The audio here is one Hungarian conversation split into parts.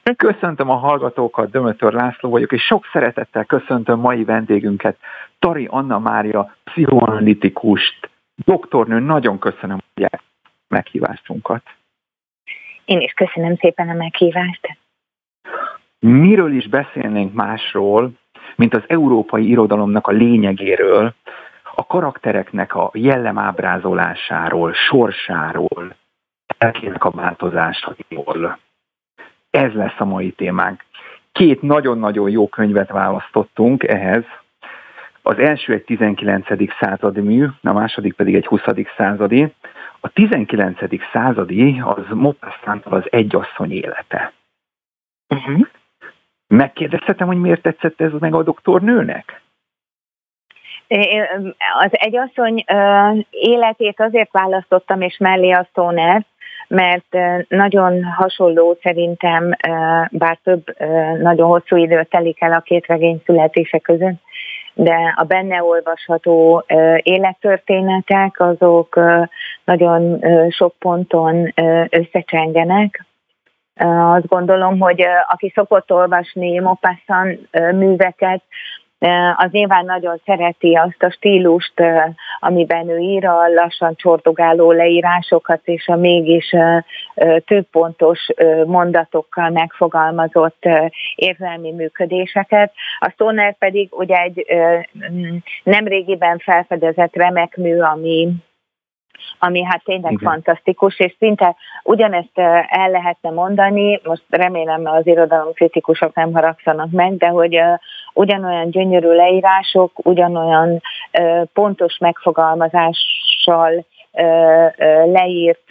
Köszöntöm a hallgatókat, Dömötör László vagyok, és sok szeretettel köszöntöm mai vendégünket, Tari Anna Mária, pszichoanalitikust. Doktornő, nagyon köszönöm a meghívásunkat. Én is köszönöm szépen a meghívást. Miről is beszélnénk másról, mint az európai irodalomnak a lényegéről, a karaktereknek a jellemábrázolásáról, sorsáról, elkének a változásairól. Ez lesz a mai témánk. 2 nagyon-nagyon jó könyvet választottunk ehhez. Az első egy 19. századi mű, a második pedig egy 20. századi. A 19. századi az Maupassantól az Egy asszony élete. Megkérdezhetem, hogy miért tetszett ez meg a doktornőnek? Az Egy asszony életét azért választottam, és mellé a szónert, mert nagyon hasonló szerintem, bár több nagyon hosszú idő telik el a 2 regény születése között, de a benne olvasható élettörténetek azok nagyon sok ponton összecsengenek. Azt gondolom, hogy aki szokott olvasni Maupassant műveket, az nyilván nagyon szereti azt a stílust, amiben ő ír a lassan csordogáló leírásokat, és a mégis többpontos mondatokkal megfogalmazott érzelmi működéseket. A Stoner pedig ugye egy nemrégiben felfedezett remek mű, ami hát tényleg fantasztikus, és szinte ugyanezt el lehetne mondani, most remélem az irodalomkritikusok nem haragszanak meg, de hogy ugyanolyan gyönyörű leírások, ugyanolyan pontos megfogalmazással leírt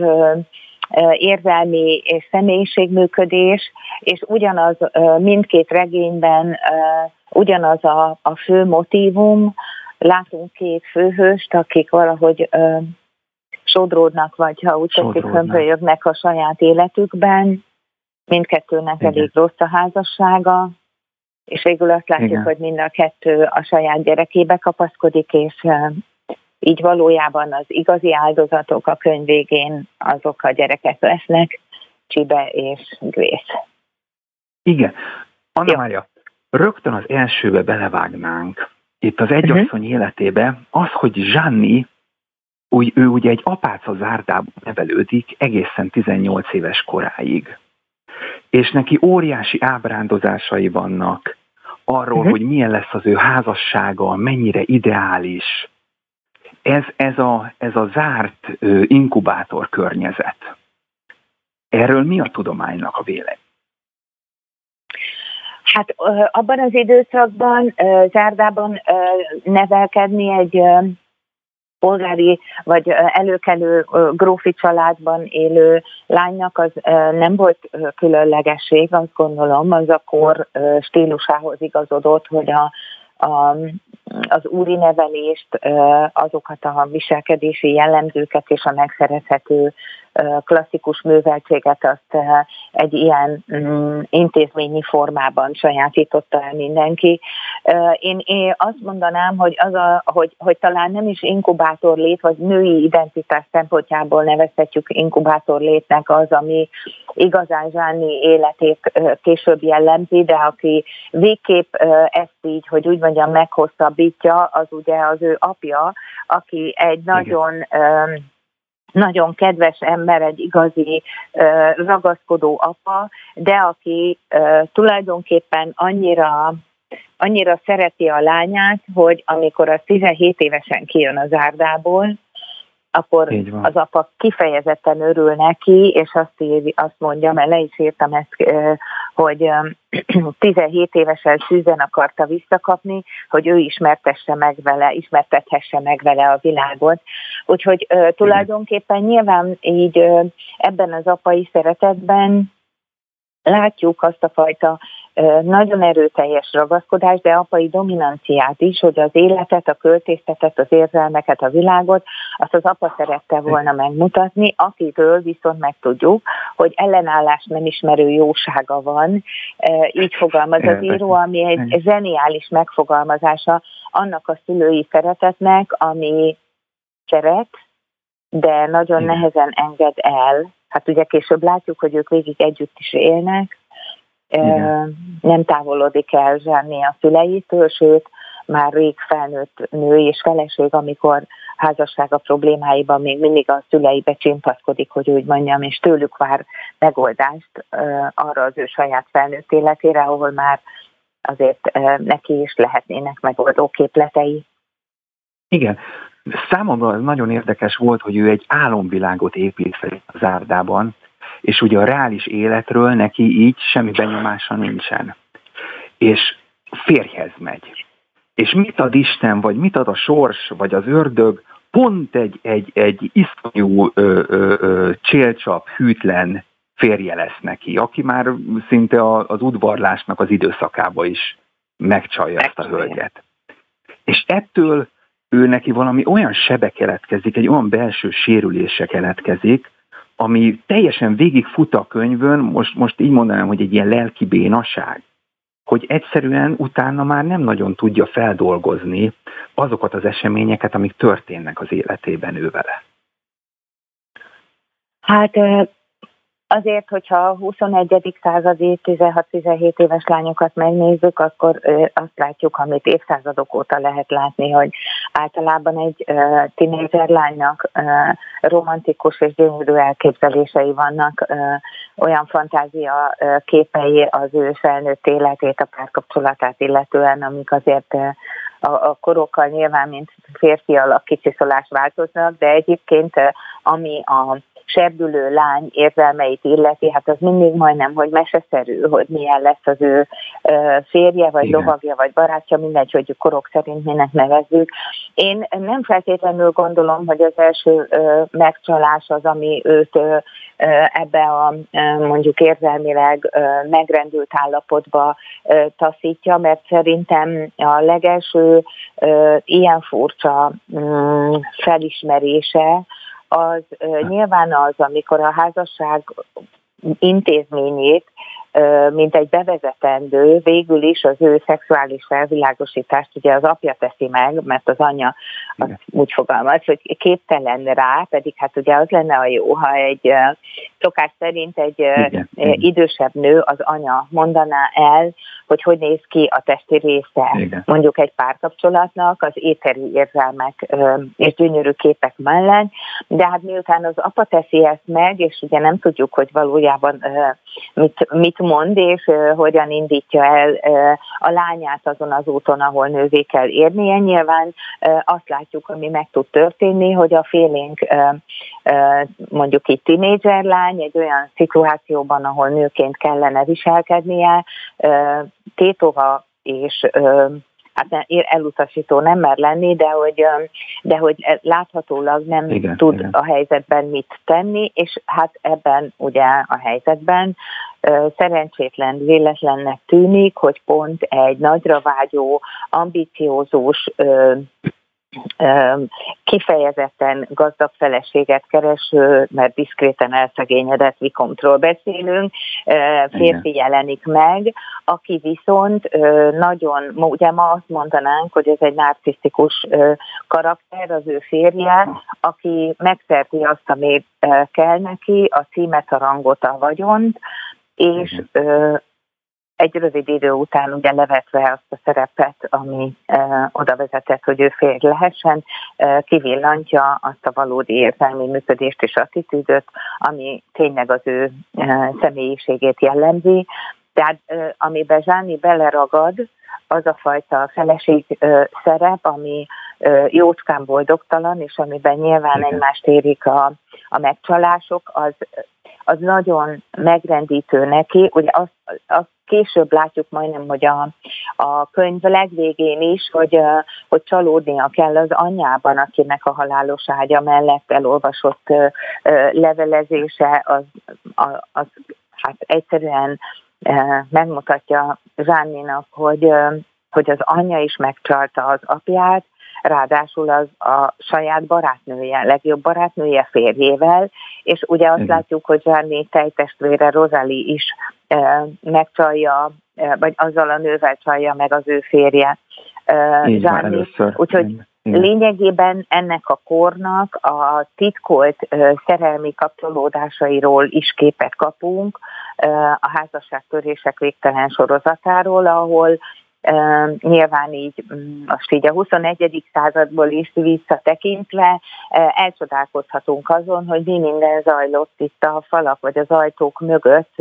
érzelmi és személyiségműködés, és ugyanaz mindkét regényben ugyanaz a fő motívum. Látunk 2 főhőst, akik valahogy sodródnak, vagy ha úgy tetszik, hömpölyögnek a saját életükben. Mindkettőnek elég rossz a házassága, és végül azt látjuk, hogy mind a 2 a saját gyerekébe kapaszkodik, és így valójában az igazi áldozatok a könyv végén azok a gyerekek lesznek, Csibe és Grace. Igen. Anna Mária, rögtön az elsőbe belevágnánk. Itt az Egy asszony életébe az, hogy Zsanni, ő ugye egy apáca zárdában nevelődik egészen 18 éves koráig. És neki óriási ábrándozásai vannak arról, hogy milyen lesz az ő házassága, mennyire ideális. Ez a zárt inkubátor környezet. Erről mi a tudománynak a vélemény? Hát abban az időszakban zárdában nevelkedni egy polgári vagy előkelő grófi családban élő lánynak az nem volt különlegesség, azt gondolom, az a kor stílusához igazodott, hogy az úri nevelést, azokat a viselkedési jellemzőket és a megszerezhető klasszikus műveltséget azt egy ilyen intézményi formában sajátította el mindenki. Én azt mondanám, hogy talán nem is inkubátorlét, vagy női identitás szempontjából nevezhetjük inkubátorlétnek az, ami igazán Zsanni életét később jellemzi, de aki végképp ezt így, hogy úgy mondjam, meghosszabbítja, az ugye az ő apja, aki egy nagyon kedves ember, egy igazi ragaszkodó apa, de aki tulajdonképpen annyira szereti a lányát, hogy amikor az 17 évesen kijön az zárdából, akkor az apa kifejezetten örül neki, és azt mondja, mert le is írtam ezt, hogy 17 évesen Susan akarta visszakapni, hogy ő ismertethesse meg vele a világot. Úgyhogy tulajdonképpen nyilván így ebben az apai szeretetben látjuk azt a fajta nagyon erőteljes ragaszkodást, de apai dominanciát is, hogy az életet, a költészetet, az érzelmeket, a világot, azt az apa szerette volna megmutatni, akitől viszont megtudjuk, hogy ellenállást nem ismerő jósága van. Így fogalmaz az író, ami egy zseniális megfogalmazása annak a szülői szeretetnek, ami szeret, de nagyon nehezen enged el. Hát ugye később látjuk, hogy ők végig együtt is élnek, nem távolodik el Zsánné a szüleitől, sőt, már rég felnőtt nő és feleség, amikor házassága problémáiban még mindig a szüleibe csimpaszkodik, hogy úgy mondjam, és tőlük vár megoldást arra az ő saját felnőtt életére, ahol már azért neki is lehetnének megoldó képletei. Igen. Számomra az nagyon érdekes volt, hogy ő egy álomvilágot épít fel a Zárdában, és ugye a reális életről neki így semmi benyomása nincsen. És férjhez megy. És mit ad Isten, vagy mit ad a sors, vagy az ördög, pont egy iszonyú csélcsap, hűtlen férje lesz neki, aki már szinte az udvarlásnak az időszakába is megcsalja ezt a hölgyet. És ettől ő neki valami olyan sebe keletkezik, egy olyan belső sérülése keletkezik, ami teljesen végigfut a könyvön, most így mondanám, hogy egy ilyen lelki bénaság, hogy egyszerűen utána már nem nagyon tudja feldolgozni azokat az eseményeket, amik történnek az életében ő vele. Hát azért, hogyha a 21. századi 16-17 éves lányokat megnézzük, akkor azt látjuk, amit évszázadok óta lehet látni, hogy általában egy tínédzser lánynak romantikus és gyönyörű elképzelései vannak, olyan fantázia képei az ő felnőtt életét, a párkapcsolatát illetően, amik azért a korokkal nyilván, mint férfi alak kicsiszolás változnak, de egyébként ami a serdülő lány érzelmeit illeti, hát az mindig majdnem, hogy meseszerű, hogy milyen lesz az ő férje, vagy lovagja, vagy barátja, mindegy, hogy korok szerint minek nevezzük. Én nem feltétlenül gondolom, hogy az első megcsalás az, ami őt ebbe a mondjuk érzelmileg megrendült állapotba taszítja, mert szerintem a legelső ilyen furcsa felismerése az nyilván az, amikor a házasság intézményét, mint egy bevezetendő, végül is az ő szexuális felvilágosítást ugye az apja teszi meg, mert az anyja úgy fogalmaz, hogy képtelen rá, pedig hát ugye az lenne a jó, ha egy szokás szerint egy idősebb nő, az anya mondaná el, hogy néz ki a testi része mondjuk egy párkapcsolatnak, az éteri érzelmek és gyönyörű képek mellett, de hát miután az apa teszi ezt meg, és ugye nem tudjuk, hogy valójában mit mond, és hogyan indítja el a lányát azon az úton, ahol nővé kell érnie. Nyilván azt látjuk, ami meg tud történni, hogy a félénk mondjuk itt tínédzser lány egy olyan szituációban, ahol nőként kellene viselkednie, tétova és hát elutasító nem mer lenni, de hogy láthatólag nem tud a helyzetben mit tenni, és hát ebben ugye a helyzetben szerencsétlen, véletlennek tűnik, hogy pont egy nagyra vágyó, ambiciózus, kifejezetten gazdag feleséget kereső, mert diszkréten elszegényedett vikomtról beszélünk, férfi jelenik meg, aki viszont nagyon, ugye ma azt mondanánk, hogy ez egy narcisztikus karakter, az ő férje, aki megszerti azt, ami kell neki, a címet, a rangot, a vagyont, és egy rövid idő után ugye levetve azt a szerepet, ami oda vezetett, hogy ő férj lehessen, kivillantja azt a valódi érzelmi működést és attitűdöt, ami tényleg az ő személyiségét jellemzi. Tehát amiben Zsánné beleragad, az a fajta feleség szerep, ami jócskán boldogtalan, és amiben nyilván egymást érik a megcsalások, az nagyon megrendítő neki. Ugye azt később látjuk majdnem, hogy a könyv legvégén is, hogy csalódnia kell az anyjában, akinek a halálos ágya mellett elolvasott levelezése, az hát egyszerűen megmutatja Zsánnénak, hogy az anyja is megcsalta az apját, ráadásul az a saját barátnője, legjobb barátnője férjével, és ugye azt látjuk, hogy Zsánné tejtestvére Rosalie is megcsalja, vagy azzal a nővel csalja meg az ő férje Zsánné. Úgyhogy lényegében ennek a kornak a titkolt szerelmi kapcsolódásairól is képet kapunk, a házasságtörések végtelen sorozatáról, ahol nyilván így most így a 21. századból is visszatekintve elcsodálkozhatunk azon, hogy mi minden zajlott itt a falak vagy az ajtók mögött,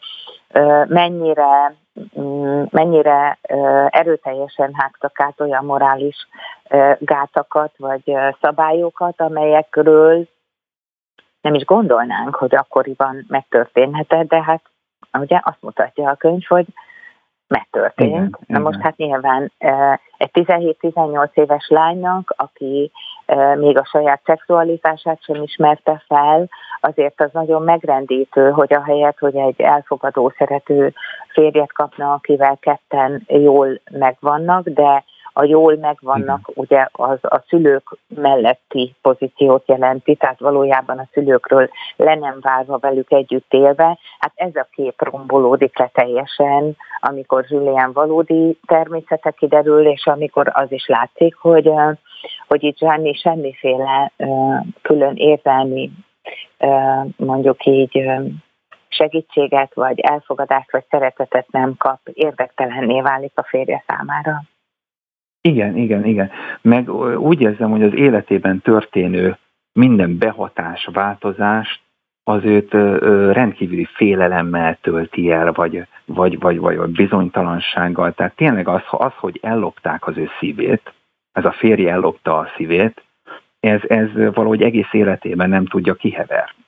mennyire erőteljesen hágtak át olyan morális gátakat vagy szabályokat, amelyekről nem is gondolnánk, hogy akkoriban megtörténhetett, de hát ugye azt mutatja a könyv, hogy megtörtént. Igen, na most hát nyilván egy 17-18 éves lánynak, aki még a saját szexualitását sem ismerte fel, azért az nagyon megrendítő, hogy ahelyett, hogy egy elfogadó, szerető férjet kapna, akivel ketten jól megvannak, de a jól megvannak, ugye az a szülők melletti pozíciót jelenti, tehát valójában a szülőkről le nem várva velük együtt élve. Hát ez a kép rombolódik le teljesen, amikor Julien valódi természete kiderül, és amikor az is látszik, hogy itt Jeanne semmiféle külön érzelmi, mondjuk így, segítséget, vagy elfogadást, vagy szeretetet nem kap, érdektelenné válik a férje számára. Igen. Meg úgy érzem, hogy az életében történő minden behatás, változás az őt rendkívüli félelemmel tölti el, vagy bizonytalansággal. Tehát tényleg az, hogy ellopták az ő szívét, ez a férje ellopta a szívét, ez valahogy egész életében nem tudja kiheverni.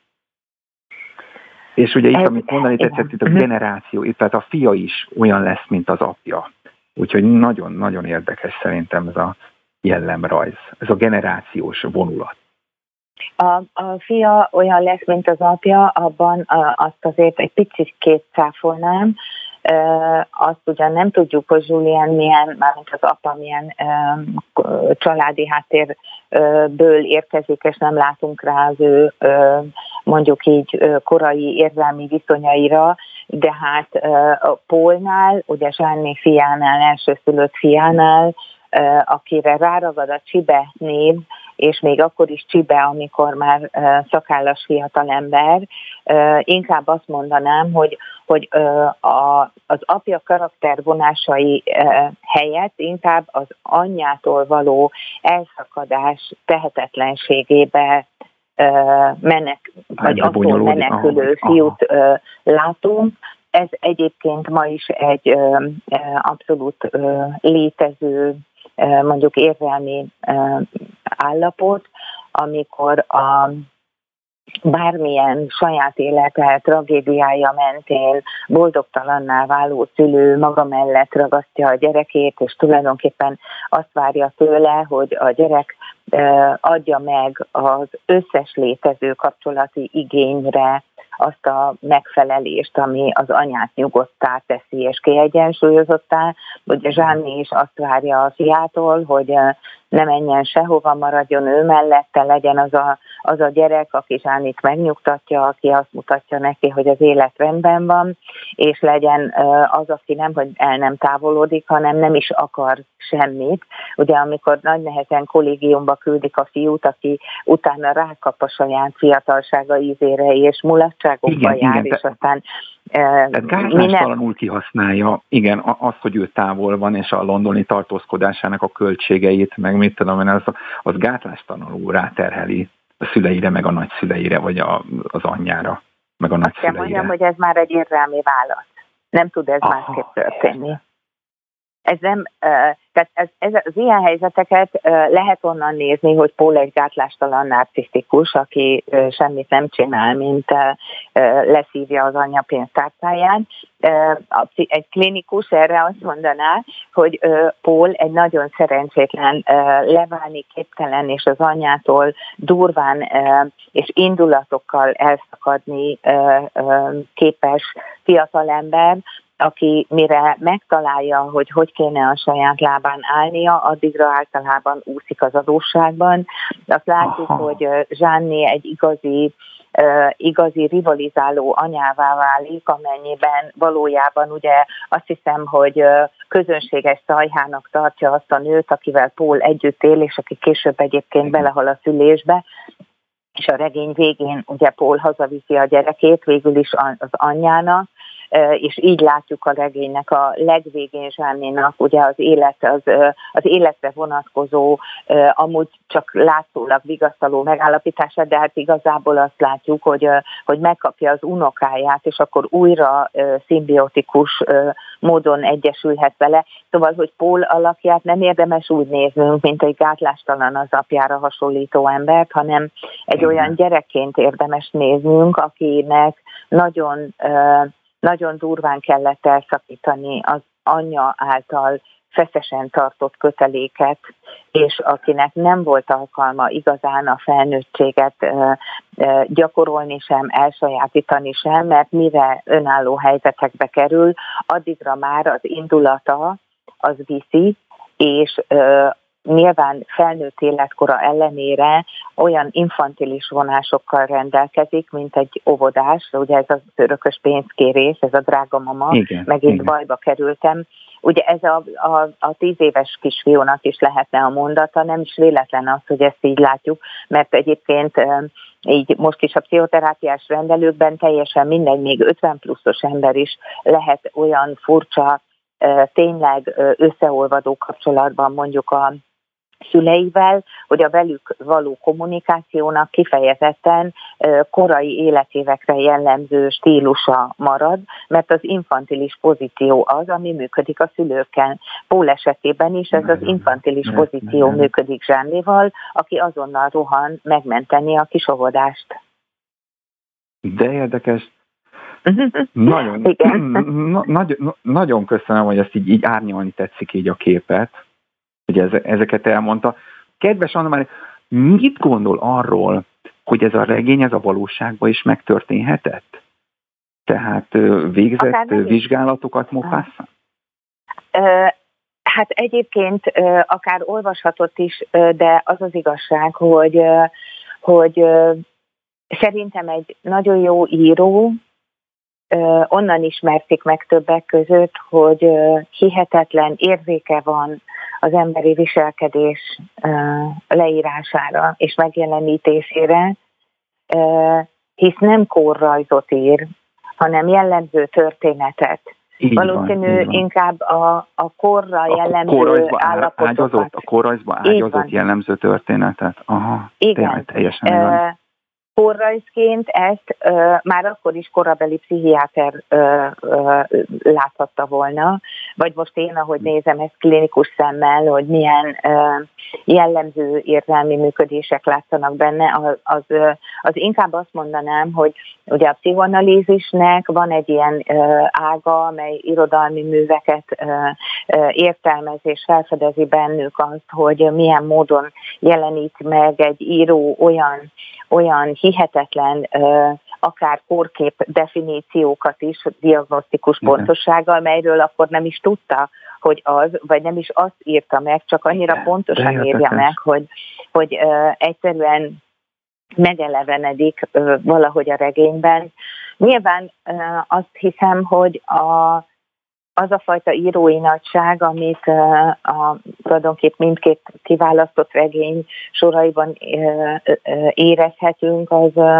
És ugye itt, amit mondani tetszett, itt a generáció, itt tehát a fia is olyan lesz, mint az apja. Úgyhogy nagyon-nagyon érdekes szerintem ez a jellemrajz, ez a generációs vonulat. A fia olyan lesz, mint az apja, abban azt azért egy picit cáfolnám. Azt ugyan nem tudjuk, hogy Julien milyen, mármint az apa milyen családi háttérből érkezik, és nem látunk rá az ő mondjuk így korai érzelmi viszonyaira, de hát a Paulnál, ugye Jeanne fiánál, elsőszülött fiánál, akire ráragad a Csibe név, és még akkor is Csibe, amikor már szakállas fiatalember, inkább azt mondanám, hogy az apja karaktervonásai helyett inkább az anyjától való elszakadás tehetetlenségébe vagy attól menekülő fiút látunk. Ez egyébként ma is egy abszolút létező, mondjuk érzelmi állapot, amikor a bármilyen saját élete, tragédiája mentén boldogtalanná váló szülő maga mellett ragasztja a gyerekét, és tulajdonképpen azt várja tőle, hogy a gyerek adja meg az összes létező kapcsolati igényre azt a megfelelést, ami az anyát nyugodttá teszi és kiegyensúlyozottá. Ugye Jeanne is azt várja a fiától, hogy ne menjen sehova, maradjon ő mellette, legyen az a gyerek, aki Jeanne-t megnyugtatja, aki azt mutatja neki, hogy az élet rendben van, és legyen az, aki hogy nem távolodik, hanem nem is akar semmit. Ugye amikor nagy nehezen kollégiumba küldik a fiút, aki utána rákap a saját fiatalsága ízére, és mulatságokba jár, és aztán tehát gátlástalanul kihasználja, igen, az, hogy ő távol van, és a londoni tartózkodásának a költségeit, meg mit tudom én, az gátlástalanul ráterheli a szüleire, meg a nagyszüleire, vagy az anyjára, meg a nagyszüleire. Azt mondjam, hogy ez már egy érzelmi válasz. Nem tud ez másképp történni. Ez nem, tehát az ilyen helyzeteket lehet onnan nézni, hogy Paul egy gátlástalan narcisztikus, aki semmit nem csinál, mint leszívja az anyja pénztárcáján. Egy klinikus erre azt mondaná, hogy Paul egy nagyon szerencsétlen, leválni képtelen, és az anyjától durván és indulatokkal elszakadni képes fiatalember, aki mire megtalálja, hogy kéne a saját lábán állnia, addigra általában úszik az adósságban. Azt látjuk, hogy Jeanne egy igazi rivalizáló anyává válik, amennyiben valójában ugye azt hiszem, hogy közönséges szajhának tartja azt a nőt, akivel Paul együtt él, és aki később egyébként belehal a szülésbe, és a regény végén ugye Paul hazaviszi a gyerekét, végül is az anyjának, és így látjuk a regénynek a legvégén Zsánnénak ugye az életre vonatkozó, amúgy csak látszólag vigasztaló megállapítását, de hát igazából azt látjuk, hogy megkapja az unokáját, és akkor újra szimbiotikus módon egyesülhet vele. Szóval, hogy Paul alakját nem érdemes úgy néznünk, mint egy gátlástalan az apjára hasonlító embert, hanem egy olyan gyerekként érdemes néznünk, akinek nagyon, nagyon durván kellett elszakítani az anyja által feszesen tartott köteléket, és akinek nem volt alkalma igazán a felnőttséget gyakorolni sem, elsajátítani sem, mert mire önálló helyzetekbe kerül, addigra már az indulata az viszi, és nyilván felnőtt életkora ellenére olyan infantilis vonásokkal rendelkezik, mint egy óvodás, ugye ez az örökös pénzkérés, ez a drága mama, megint bajba kerültem. Ugye ez a 10 éves kisfiúnak is lehetne a mondata, nem is véletlen az, hogy ezt így látjuk, mert egyébként így most is a pszichoterápiás rendelőkben teljesen mindegy, még 50 pluszos ember is lehet olyan furcsa, tényleg összeolvadó kapcsolatban mondjuk a szüleivel, hogy a velük való kommunikációnak kifejezetten korai életévekre jellemző stílusa marad, mert az infantilis pozíció az, ami működik a szülőkkel. Paul esetében is ez az infantilis pozíció működik Zsánnéval, aki azonnal rohan megmenteni a kis óvodást. De érdekes. Nagyon köszönöm, hogy ezt így árnyalni tetszik így a képet, hogy ezeket elmondta. Kedves Anna Mária, mit gondol arról, hogy ez a regény, ez a valóságban is megtörténhetett? Tehát végzett vizsgálatokat Maupassant? Hát egyébként akár olvashatott is, de az az igazság, hogy szerintem egy nagyon jó író, onnan ismerték meg többek között, hogy hihetetlen érzéke van az emberi viselkedés leírására és megjelenítésére, hisz nem kórrajzot ír, hanem jellemző történetet. Így valószínű van, inkább a korra jellemző állapotokat. A kórrajzba ágyazott jellemző történetet. Aha, igen. Teljesen korrajzként ezt már akkor is korabeli pszichiáter láthatta volna, vagy most én, ahogy nézem ezt klinikus szemmel, hogy milyen jellemző érzelmi működések látszanak benne, az inkább azt mondanám, hogy ugye a pszichoanalízisnek van egy ilyen ága, amely irodalmi műveket értelmez és felfedezi bennük azt, hogy milyen módon jelenít meg egy író olyan hihetetlen, akár kórkép definíciókat is diagnosztikus pontossággal, melyről akkor nem is tudta, hogy az, vagy nem is azt írta meg, csak annyira pontosan írja meg, hogy egyszerűen megelevenedik valahogy a regényben. Nyilván azt hiszem, hogy az a fajta írói nagyság, amit tulajdonképp mindkét kiválasztott regény soraiban érezhetünk,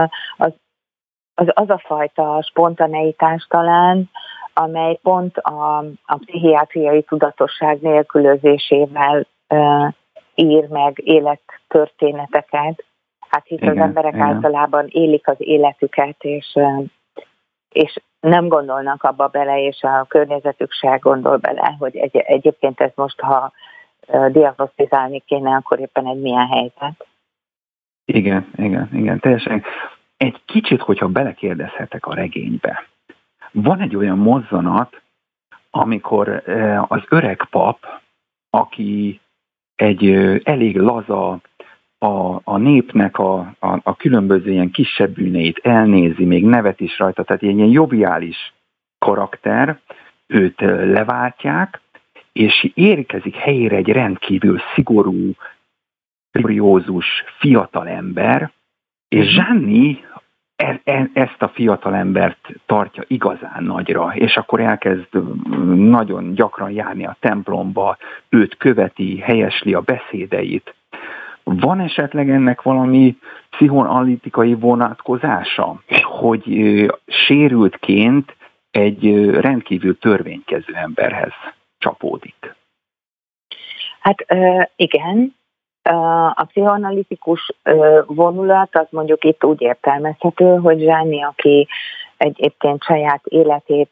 az a fajta spontaneitás talán, amely pont a pszichiátriai tudatosság nélkülözésével ír meg élettörténeteket. Hát hisz az emberek általában élik az életüket, és nem gondolnak abba bele, és a környezetük se gondol bele, hogy egyébként ez most, ha diagnosztizálni kéne, akkor éppen egy milyen helyzet. Igen, teljesen. Egy kicsit, hogyha belekérdezhetek a regénybe. Van egy olyan mozzanat, amikor az öreg pap, aki egy elég laza, a népnek a különböző ilyen kisebb bűneit elnézi, még nevet is rajta, tehát ilyen joviális karakter, őt leváltják, és érkezik helyére egy rendkívül szigorú, rigorózus fiatalember, és Zsánni ezt a fiatalembert tartja igazán nagyra, és akkor elkezd nagyon gyakran járni a templomba, őt követi, helyesli a beszédeit. Van esetleg ennek valami pszichoanalitikai vonatkozása, hogy sérültként egy rendkívül törvénykező emberhez csapódik. Hát igen, a pszichoanalitikus vonulat az mondjuk itt úgy értelmezhető, hogy Gianni, aki egyébként saját életét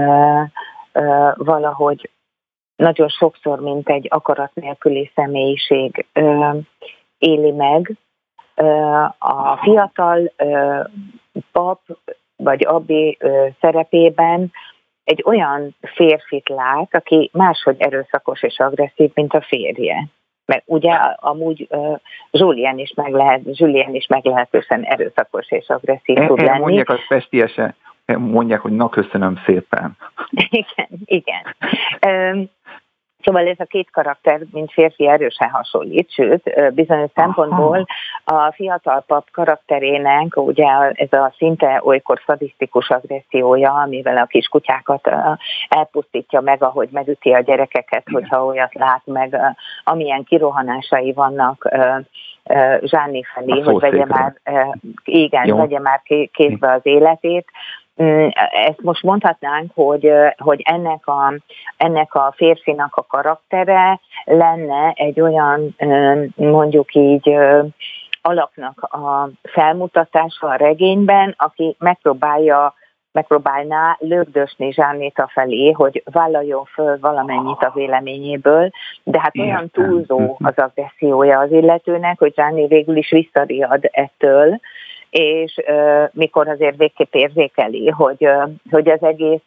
valahogy nagyon sokszor, mint egy akarat nélküli személyiség éli meg, a fiatal pap vagy abbi szerepében egy olyan férfit lát, aki máshogy erőszakos és agresszív, mint a férje. Mert ugye amúgy Julien is meglehetősen erőszakos és agresszív tud lenni. Mondják az festiesen, mondják, hogy na köszönöm szépen. Igen. Szóval ez a két karakter, mint férfi, erősen hasonlít, sőt, bizonyos szempontból a fiatal pap karakterének ugye ez a szinte olykor szadisztikus agressziója, amivel a kis kutyákat elpusztítja meg, ahogy megüti a gyerekeket, hogyha olyat lát meg, amilyen kirohanásai vannak Gianni felé, hogy vegye már kézbe az életét. Ezt most mondhatnánk, hogy ennek a férfinak a karaktere lenne egy olyan, mondjuk így, alaknak a felmutatása a regényben, aki megpróbálná lögdösni Giannit afelé, hogy vállaljon föl valamennyit a véleményéből, de hát olyan túlzó az agressziója az illetőnek, hogy Gianni végül is visszariad ettől, és mikor azért végképp érzékeli, hogy az egész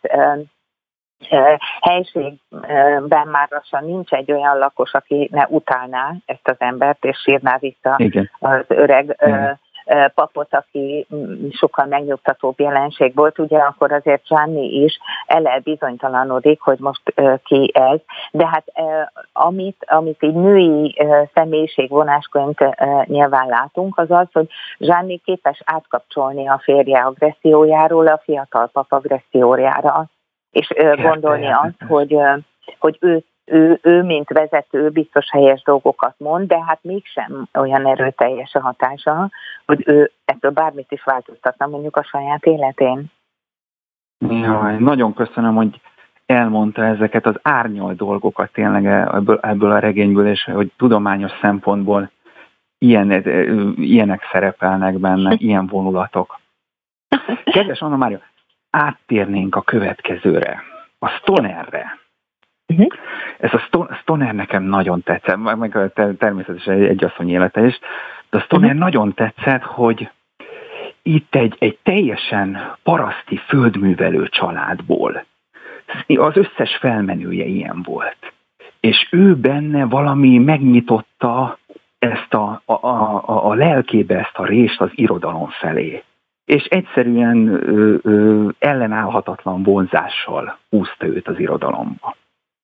helységben már lassan nincs egy olyan lakos, aki ne utálná ezt az embert, és sírná vissza az öreg papot, aki sokkal megnyugtatóbb jelenség volt, ugye akkor azért Gianni is bizonytalanodik, hogy most ki ez. De hát amit így női személyiségvonásként nyilván látunk, az az, hogy Gianni képes átkapcsolni a férje agressziójáról a fiatal pap agressziójára, és gondolni azt, hogy ő, mint vezető, biztos helyes dolgokat mond, de hát mégsem olyan erőteljes a hatása, hogy ő ettől bármit is változtatna mondjuk a saját életén. Jaj, nagyon köszönöm, hogy elmondta ezeket az árnyalt dolgokat tényleg ebből a regényből, és hogy tudományos szempontból ilyenek szerepelnek benne, ilyen vonulatok. Kedves Anna Mária, áttérnénk a következőre, a stonerre. Ez a stoner nekem nagyon tetszett, meg természetesen egy asszony élete is, de a stoner nagyon tetszett, hogy itt egy teljesen paraszti földművelő családból az összes felmenője ilyen volt. És ő benne valami megnyitotta ezt a lelkébe ezt a rést az irodalom felé. És egyszerűen ellenállhatatlan vonzással húzta őt az irodalomba.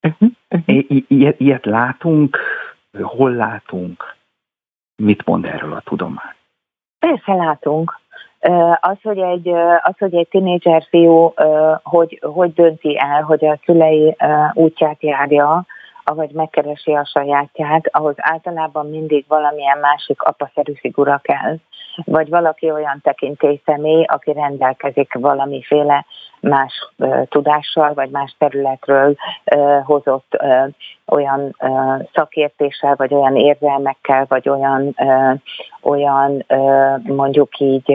Ilyet látunk, hol látunk, mit mond erről a tudomány? Persze látunk. Az, hogy egy tinédzser fiú hogy dönti el, hogy a szülei útját járja, ahogy megkeresi a sajátját, ahhoz általában mindig valamilyen másik apaszerű figura kell. Vagy valaki olyan tekintélyszemély, aki rendelkezik valamiféle más tudással, vagy más területről hozott olyan szakértéssel, vagy olyan érzelmekkel, vagy olyan mondjuk így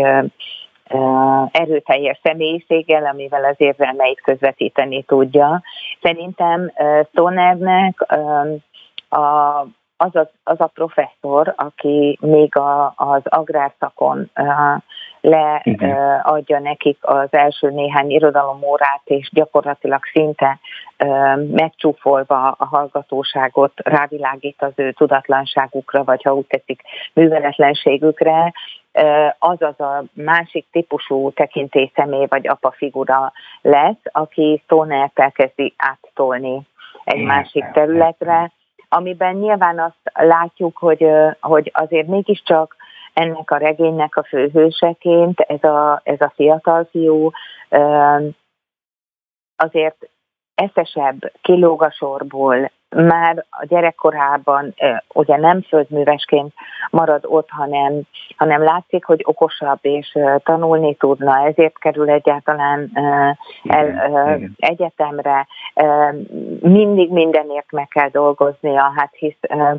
erőteljes személyiséggel, amivel az érzelmeit közvetíteni tudja. Szerintem Stonernek az a professzor, aki még az agrárszakon leadja nekik az első néhány irodalomórát, és gyakorlatilag szinte megcsúfolva a hallgatóságot rávilágít az ő tudatlanságukra, vagy ha úgy tetszik, műveletlenségükre, azaz a másik típusú tekintélyszemély vagy apa figura lesz, aki Stonert elkezdi áttolni egy másik területre, amiben nyilván azt látjuk, hogy azért mégiscsak ennek a regénynek a főhőseként ez a fiatal fiú azért eszesebb, kilóg a sorból, már a gyerekkorában ugye nem földművesként marad ott, hanem látszik, hogy okosabb és tanulni tudna, ezért kerül egyáltalán egyetemre. Mindig mindenért meg kell dolgoznia, hát hisz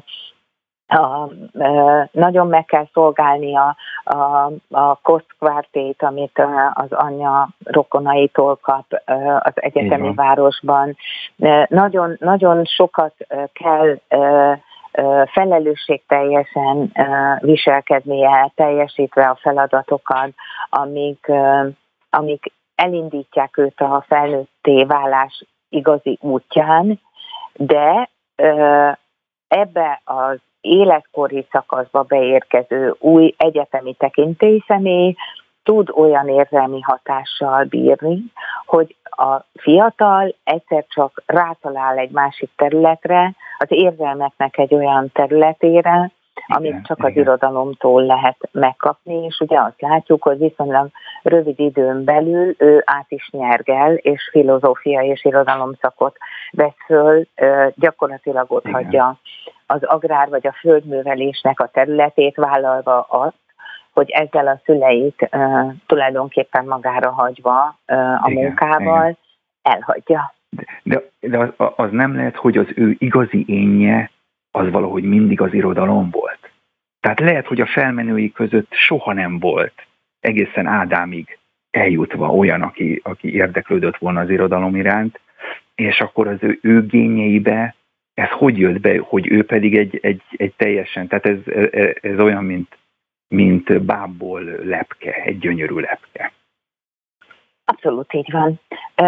nagyon meg kell szolgálnia a kosztkvártét, amit az anyja rokonaitól kap az egyetemi városban. Nagyon, nagyon sokat kell felelősségteljesen viselkednie, teljesítve a feladatokat, amik elindítják őt a felnőtté válás igazi útján, de ebbe az életkori szakaszba beérkező új egyetemi tekintélyszemély tud olyan érzelmi hatással bírni, hogy a fiatal egyszer csak rátalál egy másik területre, az érzelmeknek egy olyan területére, amit csak az irodalomtól lehet megkapni, és ugye azt látjuk, hogy viszonylag rövid időn belül ő át is nyergel, és filozófia és irodalomszakot vesz föl, gyakorlatilag ott hagyja az agrár vagy a földművelésnek a területét, vállalva azt, hogy ezzel a szüleit tulajdonképpen magára hagyva a munkával elhagyja. De az nem lehet, hogy az ő igazi énje az valahogy mindig az irodalom volt. Tehát lehet, hogy a felmenői között soha nem volt egészen Ádámig eljutva olyan, aki érdeklődött volna az irodalom iránt, és akkor az ő génjeibe ez hogy jött be, hogy ő pedig egy teljesen, tehát ez olyan, mint bábból lepke, egy gyönyörű lepke. Abszolút így van.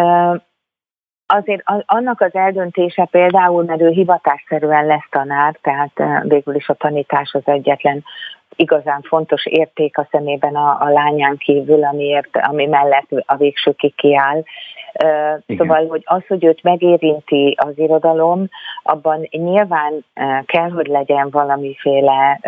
Azért annak az eldöntése például, mert ő hivatásszerűen lesz tanár, tehát végül is a tanítás az egyetlen igazán fontos érték a szemében a lányán kívül, ami mellett a végsőkig kiáll. Szóval, hogy az, hogy őt megérinti az irodalom, abban nyilván kell, hogy legyen valamiféle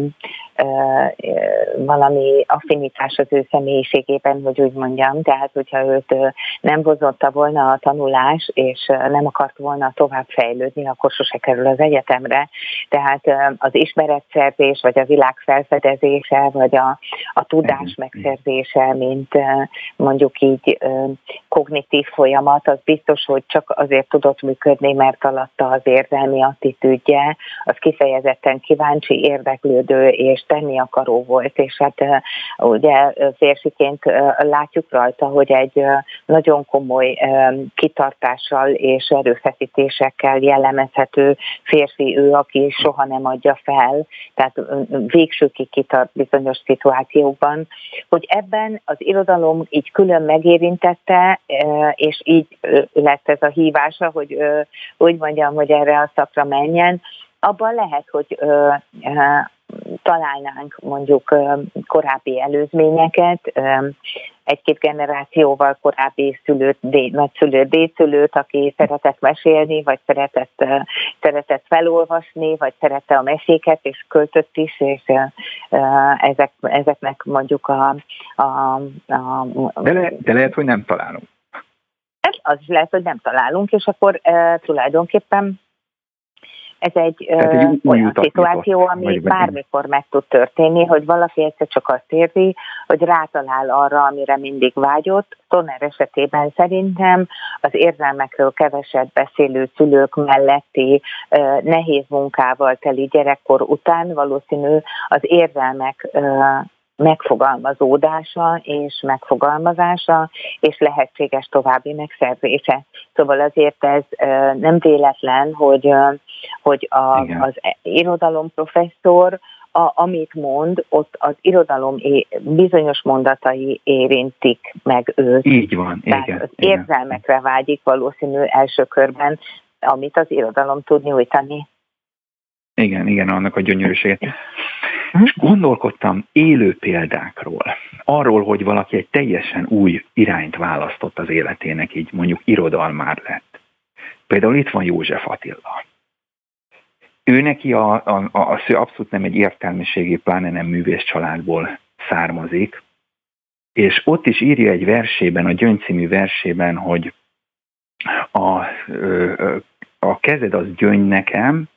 valami affinitás az ő személyiségében, hogy úgy mondjam. Tehát, hogyha őt nem vozotta volna a tanulás, és nem akart volna tovább fejlődni, akkor sose kerül az egyetemre. Tehát az ismeretszerzés, vagy a világ felfedezése, vagy a tudás megszerzése, mint mondjuk így kognitív folyamat, az biztos, hogy csak azért tudott működni, mert alatta az érzelmi attitűdje, az kifejezetten kíváncsi, érdeklődő és tenni akaró volt, és hát ugye férfiként látjuk rajta, hogy egy nagyon komoly kitartással és erőfeszítésekkel jellemezhető férfi ő, aki soha nem adja fel, tehát végsőkig kitart bizonyos szituációkban, hogy ebben az irodalom így külön megérintette, és így lett ez a hívása, hogy úgy mondjam, hogy erre a szakra menjen, abban lehet, hogy találnánk mondjuk korábbi előzményeket, egy-két generációval korábbi nagyszülőt, dédszülőt, aki szeretett mesélni, vagy szeretett felolvasni, vagy szerette a meséket, és költött is, és ezeknek mondjuk De lehet, hogy nem találunk. Az is lehet, hogy nem találunk, és akkor tulajdonképpen ez egy olyan szituáció, ami bármikor meg tud történni, hogy valaki egyszer csak azt érzi, hogy rátalál arra, amire mindig vágyott. Stoner esetében szerintem az érzelmekről keveset beszélő szülők melletti nehéz munkával teli gyerekkor után valószínű az érzelmek megfogalmazódása és megfogalmazása, és lehetséges további megszerzése. Szóval azért ez nem véletlen, hogy az irodalomprofesszor, amit mond, ott az irodalom bizonyos mondatai érintik meg őt. Így van, igen. Az érzelmekre vágyik valószínű első körben, amit az irodalom tud nyújtani. Igen, annak a gyönyörűséget. És gondolkodtam élő példákról, arról, hogy valaki egy teljesen új irányt választott az életének, így mondjuk irodalmár lett. Például itt van József Attila. Ő neki abszolút nem egy értelmiségi, pláne nem művész családból származik, és ott is írja egy versében, a Gyöngy című versében, hogy a kezed az gyöngy nekem,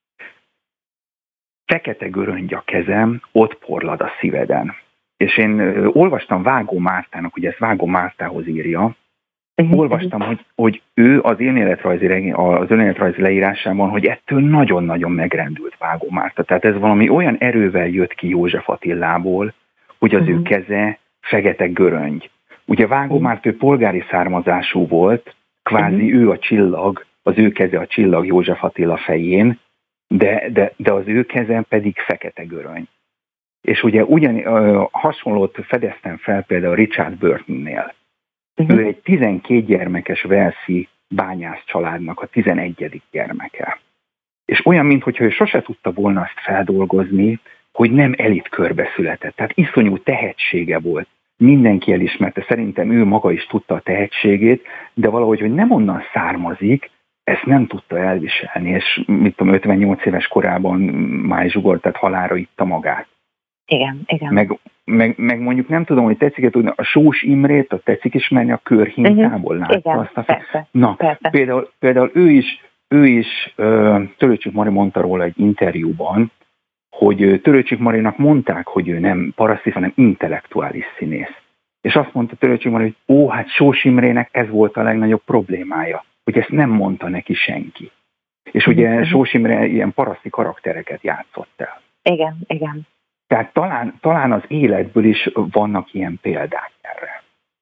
fekete göröngy a kezem, ott porlad a szíveden. És én olvastam Vágó Mártának, ugye ezt Vágó Mártához írja, olvastam, hogy ő az önéletrajzi leírásában, hogy ettől nagyon-nagyon megrendült Vágó Márta. Tehát ez valami olyan erővel jött ki József Attilából, hogy az ő keze fekete göröngy. Ugye Vágó Márta polgári származású volt, kvázi ő a csillag, az ő keze a csillag József Attila fején, de az ő keze pedig fekete göröny. És ugye hasonlót fedeztem fel például Richard Burtonnél. Ő egy 12 gyermekes walesi bányász családnak a 11. gyermeke. És olyan, mintha ő sose tudta volna azt feldolgozni, hogy nem elit körbe született. Tehát iszonyú tehetsége volt. Mindenki elismerte, szerintem ő maga is tudta a tehetségét, de valahogy, hogy nem onnan származik, ezt nem tudta elviselni, és 58 éves korában már zsugort, tehát halálra itta magát. Igen. Meg mondjuk nem tudom, hogy tetszik-e tudni, a Sós Imrét, tetszik ismerni a Körhintából, látta igen, azt a persze, Na, persze. Például ő is Törőcsik Mari mondta róla egy interjúban, hogy Törőcsik Marinak mondták, hogy ő nem paraszti, hanem intellektuális színész. És azt mondta Törőcsik Mari, hogy hát Sós Imrének ez volt a legnagyobb problémája, hogy ezt nem mondta neki senki. És ugye Sós Imre ilyen paraszti karaktereket játszott el. Igen. Tehát talán az életből is vannak ilyen példák erre.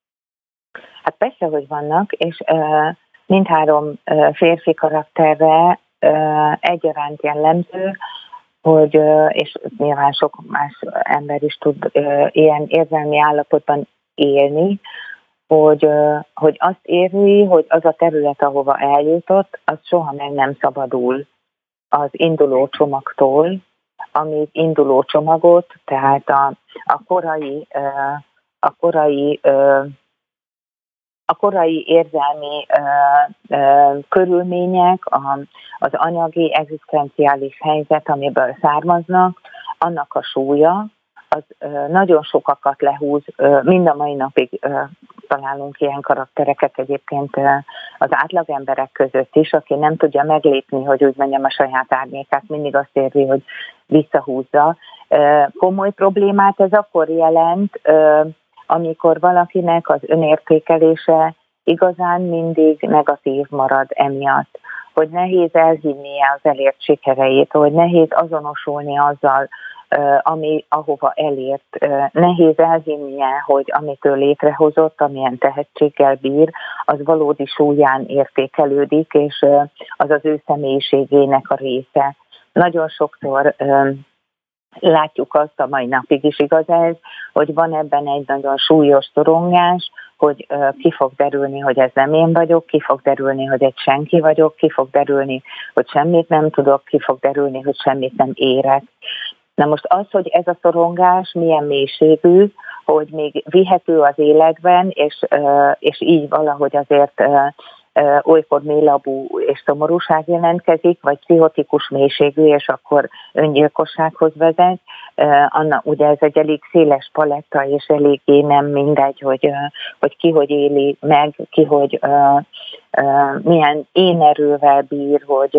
Hát persze, hogy vannak, és mindhárom férfi karakterre egyaránt jellemző, hogy, és nyilván sok más ember is tud ilyen érzelmi állapotban élni, hogy azt érzi, hogy az a terület, ahova eljutott, az soha meg nem szabadul az induló csomagtól, ami induló csomagot, tehát a korai érzelmi körülmények, az anyagi, egzisztenciális helyzet, amiből származnak, annak a súlya, az nagyon sokakat lehúz, mind a mai napig találunk ilyen karaktereket egyébként az átlagemberek között is, aki nem tudja meglépni, hogy úgy mondjam, a saját árnyékát, mindig azt érzi, hogy visszahúzza. Komoly problémát ez akkor jelent, amikor valakinek az önértékelése igazán mindig negatív marad emiatt, hogy nehéz elhinnie az elért sikereit, hogy nehéz azonosulni azzal, ahova elért, nehéz elhinnie, hogy amit ő létrehozott, amilyen tehetséggel bír, az valódi súlyán értékelődik, és az az ő személyiségének a része. Nagyon sokszor látjuk azt, a mai napig is igaz ez, hogy van ebben egy nagyon súlyos szorongás, hogy ki fog derülni, hogy ez nem én vagyok, ki fog derülni, hogy egy senki vagyok, ki fog derülni, hogy semmit nem tudok, ki fog derülni, hogy semmit nem érek. Na most az, hogy ez a szorongás milyen mélységű, hogy még vihető az életben, és így valahogy azért olykor mélybú és szomorúság jelentkezik, vagy pszichotikus mélységű, és akkor öngyilkossághoz vezet. Ugye ez egy elég széles paletta, és eléggé nem mindegy, hogy ki hogy éli meg, ki hogy milyen énerővel bír,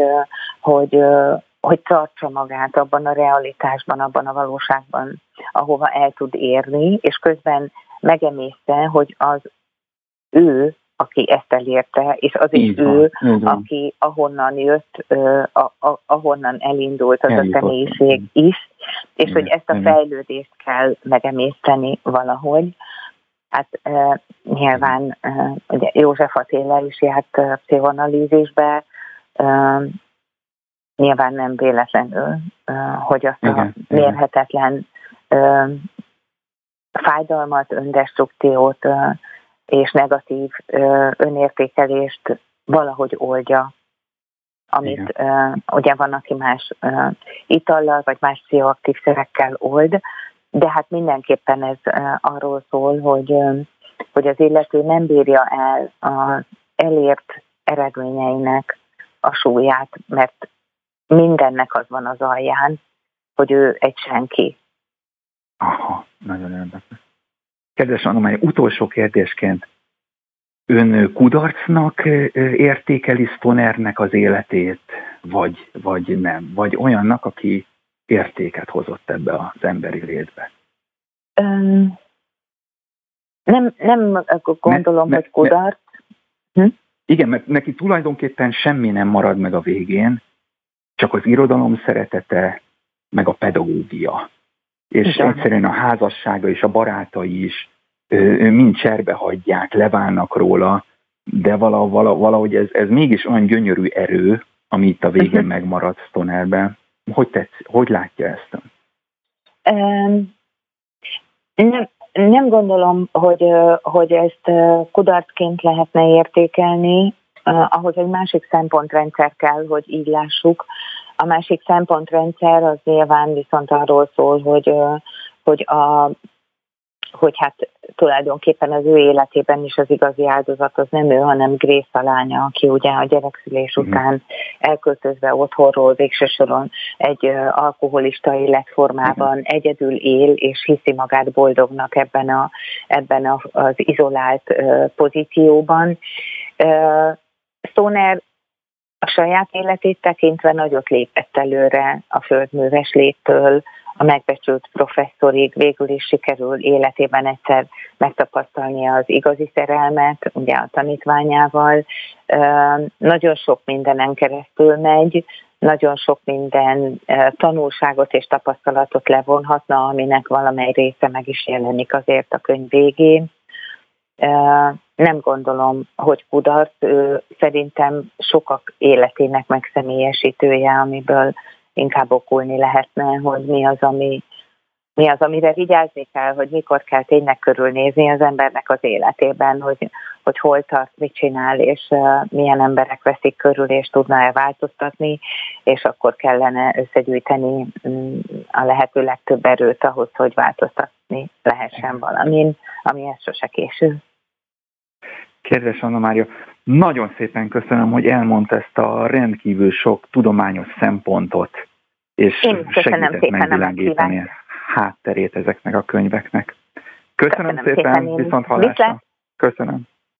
hogy tartsa magát abban a realitásban, abban a valóságban, ahova el tud érni, és közben megemészte, hogy az ő, aki ezt elérte, és az is ő, aki ahonnan jött, ahonnan elindult az a személyiség is, és hogy ezt a fejlődést kell megemészteni valahogy. Hát nyilván ugye József Attila is járt pszichoanalízisbe, nyilván nem véletlenül, hogy azt a mérhetetlen fájdalmat, öndestrukciót és negatív önértékelést valahogy oldja, amit ugye van, aki más itallal vagy más pszichoaktív szerekkel old, de hát mindenképpen ez arról szól, hogy az illető nem bírja el az elért eredményeinek a súlyát, mert mindennek az van az alján, hogy ő egy senki. Aha, nagyon érdekes. Kedves Anna, utolsó kérdésként, ön kudarcnak értékeli Stonernek az életét? vagy nem? Vagy olyannak, aki értéket hozott ebbe az emberi létbe? Nem gondolom, hogy kudarc. Igen, mert neki tulajdonképpen semmi nem marad meg a végén, csak az irodalom szeretete, meg a pedagógia. És egyszerűen a házassága és a barátai is mind cserbe hagyják, leválnak róla, de valahogy ez mégis olyan gyönyörű erő, ami itt a végén megmarad Stonerben. Hogy látja ezt? Nem gondolom, hogy ezt kudarcként lehetne értékelni, ahhoz egy másik szempontrendszer kell, hogy így lássuk. A másik szempontrendszer az nyilván viszont arról szól, hogy hát tulajdonképpen az ő életében is az igazi áldozat az nem ő, hanem Grace a lánya, aki ugye a gyerekszülés után elköltözve otthonról végső soron egy alkoholista életformában egyedül él, és hiszi magát boldognak ebben az izolált pozícióban. Stoner a saját életét tekintve nagyot lépett előre a földműves léttől, a megbecsült professzorig, végül is sikerül életében egyszer megtapasztalnia az igazi szerelmet, ugye a tanítványával. Nagyon sok mindenen keresztül megy, nagyon sok minden tanulságot és tapasztalatot levonhatna, aminek valamely része meg is jelenik azért a könyv végén. Nem gondolom, hogy kudarc, szerintem sokak életének megszemélyesítője, amiből inkább okulni lehetne, hogy mi az, amire vigyázni kell, hogy mikor kell tényleg körülnézni az embernek az életében, hogy hol tart, mit csinál, és milyen emberek veszik körül, és tudna-e változtatni, és akkor kellene összegyűjteni a lehető legtöbb erőt ahhoz, hogy változtatni lehessen valamin, amihez sose késő. Kedves Anna Mária, nagyon szépen köszönöm, hogy elmondta ezt a rendkívül sok tudományos szempontot, és segített megvilágítani a hátterét ezeknek a könyveknek. Köszönöm szépen, viszont hallásra. Köszönöm.